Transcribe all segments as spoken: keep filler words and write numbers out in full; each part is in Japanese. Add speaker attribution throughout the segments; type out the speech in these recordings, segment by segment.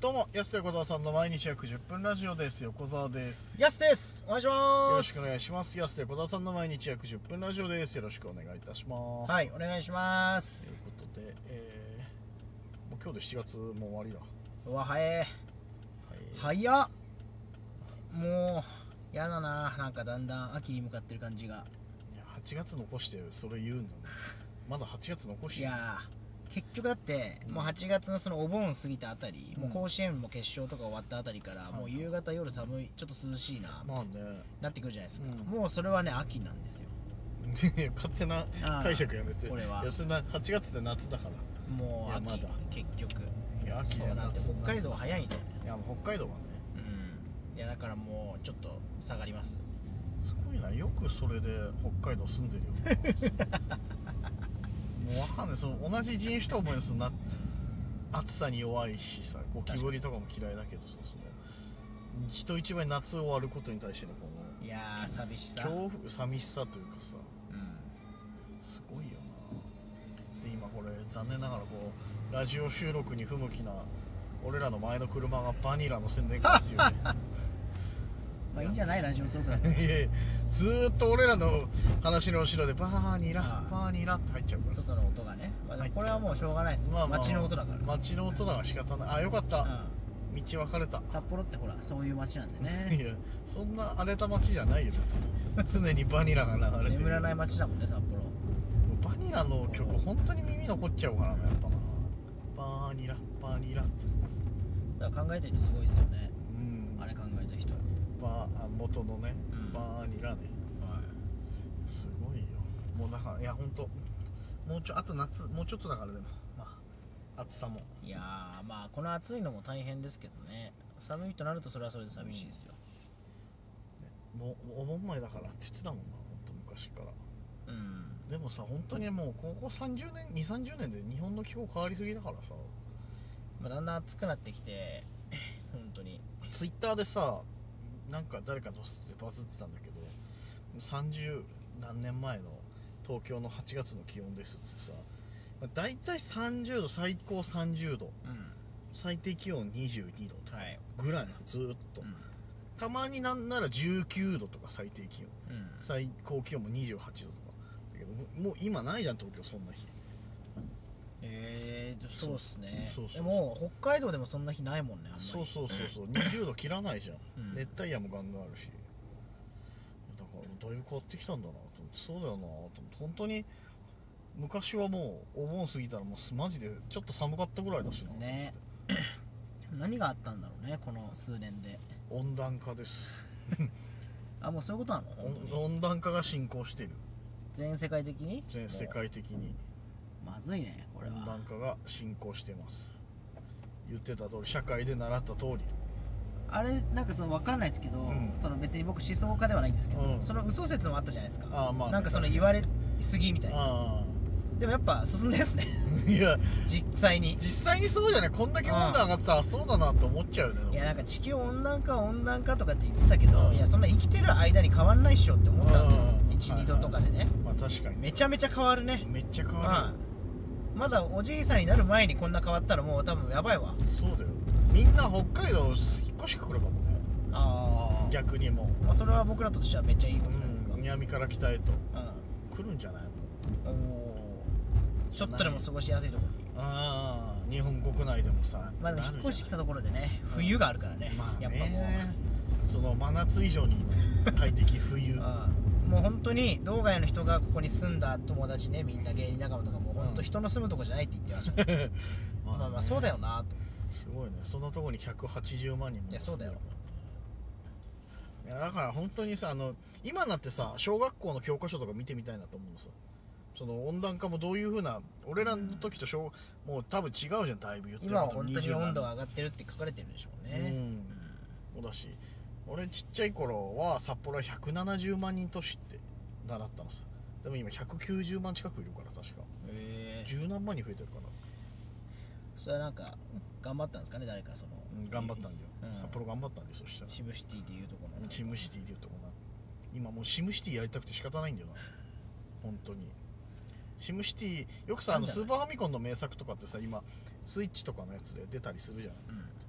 Speaker 1: どうも、安田横澤さんの毎日約じゅっぷんラジオです。横澤です。
Speaker 2: 安です。お願いします。
Speaker 1: よろしくお願いします。安田横澤さんの毎日約じゅっぷんラジオです。よろしくお願いいたします。
Speaker 2: はい、お願いします。
Speaker 1: ということで、えー、もう今日でしちがつもう終わりだ。
Speaker 2: うわ、早え。
Speaker 1: はい、
Speaker 2: 早っ。もう、やだな。なんかだんだん秋に向かってる感じが。
Speaker 1: いや、はちがつ残してそれ言うんだね。まだはちがつ残してる。
Speaker 2: いや結局だって、うん、もうはちがつのそのお盆過ぎたあたり、うん、もう甲子園も決勝とか終わったあたりから、うん、もう夕方夜寒い、ちょっと涼しいな、まあね、なってくるじゃないですか、うん、もうそれはね秋なんですよ。
Speaker 1: 勝手な解釈やめて。
Speaker 2: これは。
Speaker 1: いや、そんなはちがつで夏だから。
Speaker 2: もう秋、まだ結局。
Speaker 1: いや、秋じゃなくて
Speaker 2: 北海道は早いんだよね。
Speaker 1: いや、もう北海道はね。
Speaker 2: うん。いや、だからもうちょっと下がります。
Speaker 1: すごいな、よくそれで北海道住んでるよ。もうわかんない、その同じ人種と思うよ、そのな暑さに弱いしさ、ゴキブリとかも嫌いだけどさ、その人一倍夏終わることに対してのこの
Speaker 2: いやー寂しさ、
Speaker 1: 恐怖、寂しさというかさ、
Speaker 2: うん、
Speaker 1: すごいよな。で今これ残念ながらこうラジオ収録に不向きな俺らの前の車がバニラの宣伝かっていうね。
Speaker 2: まあいいんじゃない、ラジオトークだから。
Speaker 1: いやいや、ずーっと俺らの話の後ろでバーニラバーニラって入っちゃうから
Speaker 2: 外の音がね、まあ、これはもうしょうがないです。まあまあ、街の音だから。
Speaker 1: 街の音だから仕方ない。あ、よかった、うん、道分かれた。
Speaker 2: 札幌ってほらそういう街なんでね。
Speaker 1: いや、そんな荒れた街じゃないよ別に。常にバニラが流れてる。
Speaker 2: 眠らない街だもんね、札幌。
Speaker 1: バニラの曲本当に耳残っちゃうからね、やっぱな。バーニラバーニラって。
Speaker 2: だから考えた人すごいですよね。
Speaker 1: うん。
Speaker 2: あれ考えた人。
Speaker 1: バー元のね、
Speaker 2: うん、
Speaker 1: バーニラね。
Speaker 2: はい。
Speaker 1: すごいよ。もうだからいや本当もうちょあと夏もうちょっとだからでもまあ暑さも。
Speaker 2: いやーまあこの暑いのも大変ですけどね。寒いとなるとそれはそれで寂しいですよ。
Speaker 1: うん、ね、もうお盆前だからって言ってたもんな、本当昔から。うん。でもさ本当にもうここさんじゅうねんに、さんじゅうねんで日本の気候変わりすぎだからさ。
Speaker 2: まあだんだん暑くなってきて本当に。
Speaker 1: ツイッターでさなんか誰かのバズってたんだけど、さんじゅうなんねんまえの東京のはちがつの気温ですってさ、だいたいさんじゅうど、最高さんじゅうど、うん、最低気温にじゅうにどとかぐらいのずーっと、うん、たまになんならじゅうきゅうどとか最低気温、うん、最高気温もにじゅうはちどとかだけど、もう今ないじゃん東京そんな日。
Speaker 2: えーとそうっすね。
Speaker 1: そうそうそう。
Speaker 2: でも北海道でもそんな日ないもんね、あんまり。
Speaker 1: そうそうそうそう。にじゅうど切らないじゃん、うん、熱帯夜もガンガンあるし。だからだいぶ変わってきたんだなと思って。そうだよなと思って。本当に昔はもうお盆過ぎたらもうマジでちょっと寒かったぐらいだしな
Speaker 2: ね。何があったんだろうね、この数年で。
Speaker 1: 温暖化です。
Speaker 2: あ、もうそういうことなの？
Speaker 1: 温暖化が進行している。
Speaker 2: 全世界的に？
Speaker 1: 全世界的に
Speaker 2: まずいね、これは。
Speaker 1: 温暖化が進行してます。言ってた通り、社会で習った通り。
Speaker 2: あれなんかその分かんないですけど、うん、その別に僕思想家ではないんですけど、うん、その嘘説もあったじゃないですか。あ、まあね、なんかその言われすぎみたいな。あ、でもやっぱ進んでですね。いや実際に
Speaker 1: 実際にそうじゃない。こんだけ温度上がったらそうだなって思っちゃうよね。
Speaker 2: いやなんか地球温暖化温暖化とかって言ってたけど、いやそんな生きてる間に変わんないっしょって思ったんですよ。いち、にどとかでね。
Speaker 1: まあ確かに
Speaker 2: めちゃめちゃ変わるね。
Speaker 1: めっちゃ変わる。
Speaker 2: まだおじいさんになる前にこんな変わったらもう多分やばいわ。
Speaker 1: そうだよ。みんな北海道引っ越してくるかもね。ああ、逆にも、
Speaker 2: まあ、それは僕らとしてはめっちゃいいことじゃないですか。
Speaker 1: うん、南から北へと、うん、来るんじゃないの。
Speaker 2: おお、ちょっとでも過ごしやすいところに。あ
Speaker 1: あ、日本国内でもさ。
Speaker 2: まあでも引っ越してきたところでね、冬があるからね、うん、まあね、やっぱも
Speaker 1: うその真夏以上に快適冬。
Speaker 2: ああ、もう本当に道外の人がここに住んだ友達ね、みんな芸人仲間とかも本当人の住むとこじゃないって言ってました。まあまあまあそうだよなと。
Speaker 1: すごいね、そんなとこにひゃくはちじゅうまんにんも。
Speaker 2: いやそうだよ。
Speaker 1: いやだから本当にさ、あの今になってさ小学校の教科書とか見てみたいなと思うのさ。その温暖化もどういう風な、俺らの時と小、うん、もう多分違うじゃん、だいぶ言ってる。
Speaker 2: 今は本当に温度が上がってるって書かれてるでしょうね。
Speaker 1: うん、うん、だし俺ちっちゃい頃は札幌はひゃくななじゅうまんにん都市って習ったのさ。でも今ひゃくきゅうじゅうまん近くいるから確か。へえ。十何万人増えてるから。
Speaker 2: それはなんか頑張ったんですかね、誰かその、
Speaker 1: うん、頑張ったんだよ、うん、札幌頑張ったんだよ。そしたら
Speaker 2: シムシティでいうとこの
Speaker 1: シムシティでいうとこな。今もうシムシティやりたくて仕方ないんだよな本当に。シムシティよくさ、あのスーパーファミコンの名作とかってさ今スイッチとかのやつで出たりするじゃない、うん、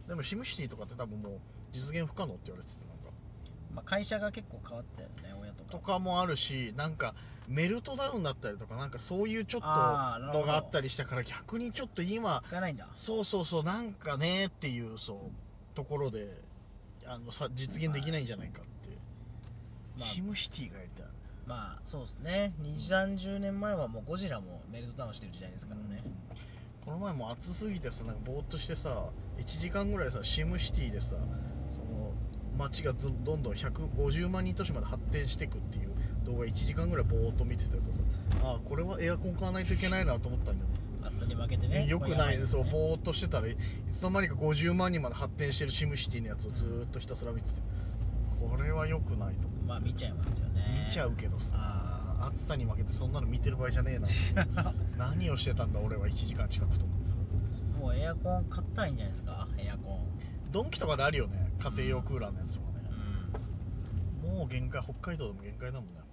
Speaker 1: でもシムシティとかって多分もう実現不可能って言われてて、なんか、
Speaker 2: まあ、会社が結構変わったよね、親とか
Speaker 1: とかもあるし、なんかメルトダウンだったりとか、なんかそういうちょっとのがあったりしたから、逆にちょっと今
Speaker 2: 使えないんだ。
Speaker 1: そうそうそう、なんかねっていうそうところであのさ実現できないんじゃないかって、まあ、シムシティがやりたい。
Speaker 2: まあそうですね、にじゅう、さんじゅうねんまえはもうゴジラもメルトダウンしてる時代ですからね、うん、
Speaker 1: この前も暑すぎてさ、なんかぼーっとしてさ、いちじかんぐらいさ、シムシティでさ、その街がずどんどんひゃくごじゅうまんにん都市まで発展していくっていう動画いちじかんぐらいぼーっと見てたやつさ、ああこれはエアコン買わないといけないなと思ったんだよね。
Speaker 2: 暑さに負けてね、
Speaker 1: よくないですよ、ぼーっとしてたらいつの間にかごじゅうまんにんまで発展してるシムシティのやつをずーっとひたすら見てて、これはよくないと思う。
Speaker 2: まあ見ちゃいますよね。
Speaker 1: 見ちゃうけどさ、暑さに負けてそんなの見てる場合じゃねえな何をしてたんだ俺はいちじかん近くと思ってさ。
Speaker 2: もうエアコン買ったらいいんじゃないですか、エアコン。
Speaker 1: ドンキとかであるよね、家庭用クーラーのやつとかね、うん、もう限界、北海道でも限界だもんね。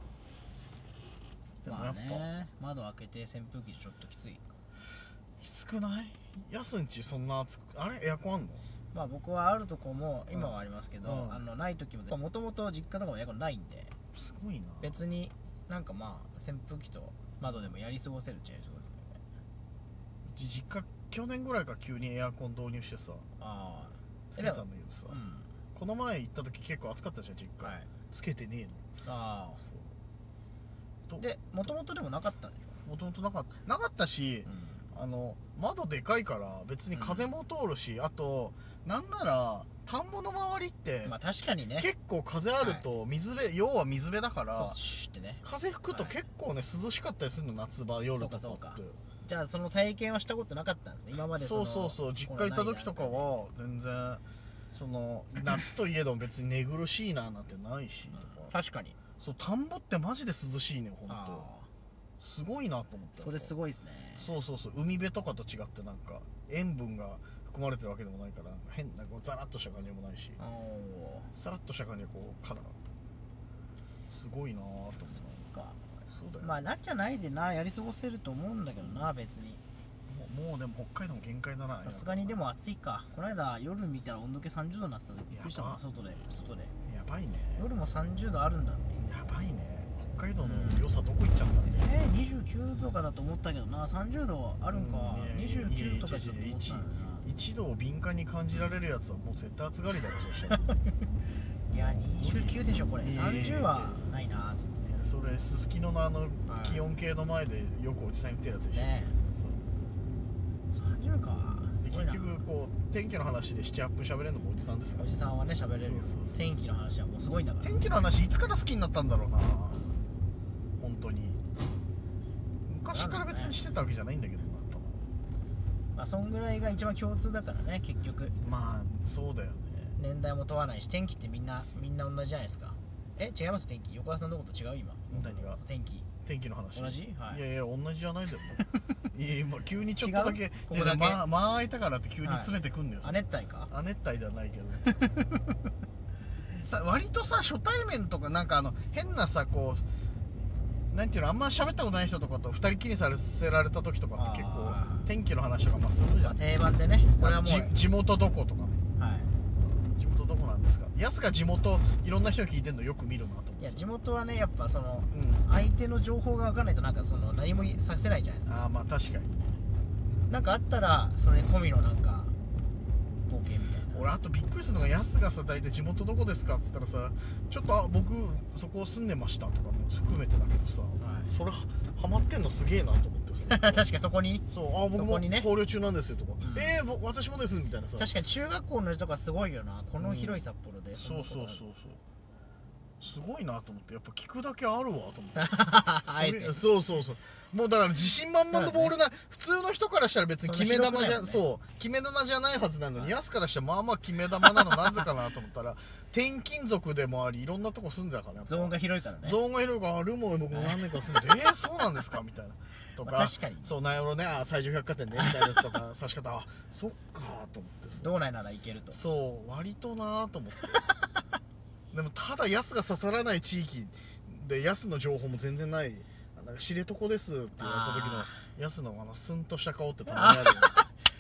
Speaker 2: でもやっぱ、まあね、窓開けて扇風機でちょっときつい。
Speaker 1: きつくない？やすんちそんな暑く、あれエアコンあんの？
Speaker 2: まあ僕はあるとこも今はありますけど、うん、あのない時ももともと実家とかもエアコンないんで、
Speaker 1: すごいな。
Speaker 2: 別になんかまあ扇風機と窓でもやり過ごせるっちゃやり過ごせるね。
Speaker 1: 実家去年ぐらいから急にエアコン導入してさ、あつけたんだけどさ、うん、この前行った時結構暑かったじゃん実家、はい、つけてねえの。ああ
Speaker 2: そうで、もともとでもなかったんでしょ。
Speaker 1: もともとなかったなかったし、うん、あの窓でかいから別に風も通るし、うん、あとなんなら田んぼの周りって
Speaker 2: まあ確かにね
Speaker 1: 結構風あると水辺、はい、要は水辺だから、
Speaker 2: シュッてね、
Speaker 1: 風吹くと結構ね、はい、涼しかったりするの夏場夜とかって。そうかそうか。
Speaker 2: じゃあその体験はしたことなかったんですね今まで。
Speaker 1: そうそうそう、実家行った時とかは全然その夏といえども別に寝苦しいななんてないしとか、
Speaker 2: うん、確かに
Speaker 1: そう田んぼってマジで涼しいねほんと。すごいなと思って。
Speaker 2: それすごいですね。
Speaker 1: そうそうそう、海辺とかと違ってなんか塩分が含まれてるわけでもないから、なんか変なこうザラッとした感じもないし、さらっとした感じでこう肌すごいなと思って。
Speaker 2: そうか、そうだよ。まあなきゃないでな、やり過ごせると思うんだけどな別に。
Speaker 1: もう、もうでも北海道も限界だな。
Speaker 2: さすがにでも暑いか。この間夜見たら温度計さんじゅうどになってた。びっくりしたもん、外で外で。
Speaker 1: やばいね。
Speaker 2: 夜もさんじゅうどあるんだっていう。
Speaker 1: やばいね。北海道の良さどこ行っちゃったんだよ。
Speaker 2: えー、にじゅうきゅうどかだと思ったけどな、さんじゅうどあるんか。うん、にじゅうきゅうとかだと思ったんだよな。
Speaker 1: いちどを敏感に感じられるやつはもう絶対暑がりだろそしたら
Speaker 2: いやにじゅうきゅうでしょこれ。さんじゅうはないなーっつって。
Speaker 1: それすすきののあの気温計の前でよくおじさん言ってるやつでしょ、ね、
Speaker 2: そうさんじゅうか。
Speaker 1: 結局こう天気の話でななはっぷん喋れるのもおじさんですから。
Speaker 2: おじさんはね喋れる。そうそうそう、天気の話はもうすごいんだから。
Speaker 1: 天気の話いつから好きになったんだろうな本当に。昔から別にしてたわけじゃないんだけどな、
Speaker 2: まあそんぐらいが一番共通だからね結局。
Speaker 1: まあそうだよね。
Speaker 2: 年代も問わないし、天気ってみんなみんな同じじゃないですか。え違います天気。横川さんのこと違う今。
Speaker 1: 何が？
Speaker 2: 天気。
Speaker 1: 天気の話。
Speaker 2: 同じ？はい。
Speaker 1: いやいや同じじゃないでも。いや今急にちょっとだけここだけまあまあ空いたからって急に詰めてくんだよ。
Speaker 2: 亜熱帯か？
Speaker 1: 亜熱帯ではないけど。さ割とさ初対面とかなんかあの変なさこうなんていうのあんま喋ったことない人とかと二人きりさせられた時とかって結構天気の話とかまあするじゃん。
Speaker 2: 定番でね。
Speaker 1: これはもう地元どことかね。
Speaker 2: はい。
Speaker 1: 地元どこなんですか。やすが地元いろんな人聞いてるのよく見るなと思って。
Speaker 2: いや地元はねやっぱその、うん、相手の情報が分かんないとなんかその何もさせないじゃないですか。
Speaker 1: ああまあ確かにね。
Speaker 2: なんかあったらそれ込みのなんかボケみたいな。
Speaker 1: 俺あとびっくりするのがやすがさ大体地元どこですかっつったらさちょっとあ僕そこ住んでましたとかも含めてだけどさ、はい、それハマってんのすげえなと思ってさ
Speaker 2: 確かにそこに
Speaker 1: そうあ僕も考慮中なんですよとか、うん、えー、私もですみたいなさ。
Speaker 2: 確かに中学校の人とかすごいよなこの広い札幌で、うん、
Speaker 1: そうそうそうそうすごいなと思ってやっぱ聞くだけあるわと思って
Speaker 2: あえて
Speaker 1: そうそうそうもうだから自信満々のボールな、ね、普通の人からしたら別に決め球じゃ、ね、そう決め球じゃないはずなのに、はい、ヤスからしたらまあまあ決め球なのなぜかなと思ったら転勤族でもありいろんなとこ住んでたから
Speaker 2: ゾーンが広いからね。
Speaker 1: ゾーンが広いからあるもん僕も何年か住んでてえー、そうなんですかみたいなとか、まあ、
Speaker 2: 確かに
Speaker 1: そうなんやろねあ最上百貨店でみたいなやつとか指し方あそっかと思って
Speaker 2: 道内ならいけると
Speaker 1: そう割となと思ってでもただヤスが刺さらない地域でヤスの情報も全然ないなんか知床ですって言われた時のヤスのあのスンとした顔ってたまにあるよ、ね、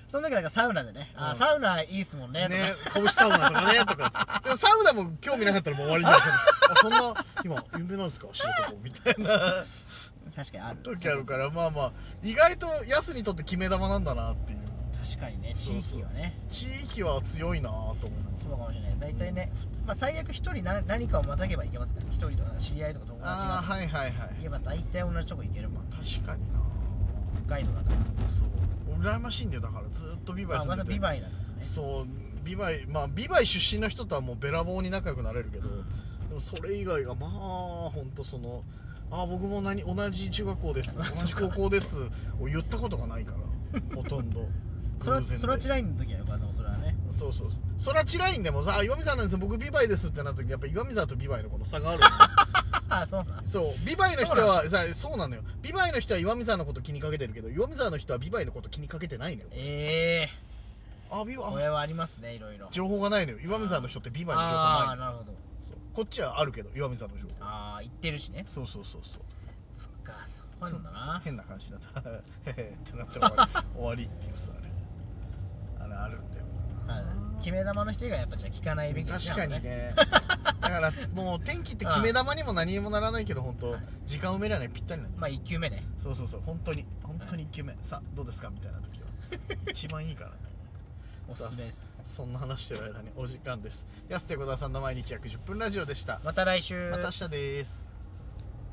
Speaker 2: その時なんかサウナでね、あ、サウナいいっすもんねとか
Speaker 1: ね、拳サウナとかねとかでもサウナも興味なかったらもう終わりじゃん。あ、そんな今有名なんですか知床みたいな
Speaker 2: 確かにある
Speaker 1: 時あるから、まあまあ意外とヤスにとって決め玉なんだなっていう。
Speaker 2: 確かにね、地域はね、
Speaker 1: 地域は強いなと思う。
Speaker 2: そうかもしれない。大体ね、まあ最悪一人な何かをまたげばいけますから、一人とか知り合いとか友達が、
Speaker 1: あ、はいはいはい、
Speaker 2: 言えば大体同じとこ行けるもん。
Speaker 1: 確かにな。
Speaker 2: 北海道だから。
Speaker 1: そう羨ましいんだよ。だからずっとビバイ住んでて、
Speaker 2: ビバイだからね。
Speaker 1: そうビバイ、まあビバイ出身の人とはもうべらぼうに仲良くなれるけど、うん、でもそれ以外がまあ本当その、あ、僕も何同じ中学校です同じ高校ですを言ったことがないからほとんど。
Speaker 2: そらそらちラインの時はよかさんもそれはね。
Speaker 1: そうそうそう。そらちラインでもさ、岩見沢なんですよ僕ビバイですってなった時、やっぱ岩見沢とビバイのこの差がある
Speaker 2: あ、そうなん。
Speaker 1: そうビバイの人はさ、そうなのよ。ビバイの人は岩見沢のこと気にかけてるけど、岩見沢の人はビバイのこと気にかけてないのよ。
Speaker 2: ええ
Speaker 1: ー、あ、ビバイ、
Speaker 2: これはありますね、いろいろ
Speaker 1: 情報がないのよ。岩見沢の人ってビバイの情報ない。
Speaker 2: ああ、なるほど。
Speaker 1: そうこっちはあるけど岩見沢の情報。
Speaker 2: ああ、言ってるしね。
Speaker 1: そうそうそうそう。
Speaker 2: そっか、そうなんだな。
Speaker 1: 変な感じだったへへってなって終わり終わりっていうさ、あれあれあるんだよな。
Speaker 2: 決め球の人がやっぱじゃあ聞かないべきですね。
Speaker 1: 確かにねだからもう天気って決め球にも何にもならないけど、本当、はい、時間埋めりゃねぴったりなんだよ。
Speaker 2: まあいっ球目ね。
Speaker 1: そうそうそう、本当に本当にいっ球目、はい、さあどうですかみたいな時は一番いいからね
Speaker 2: おすすめです。
Speaker 1: そんな話してる間にお時間です。安手小沢さんの毎日約じゅっぷんラジオでした。
Speaker 2: また来週。
Speaker 1: また明日です。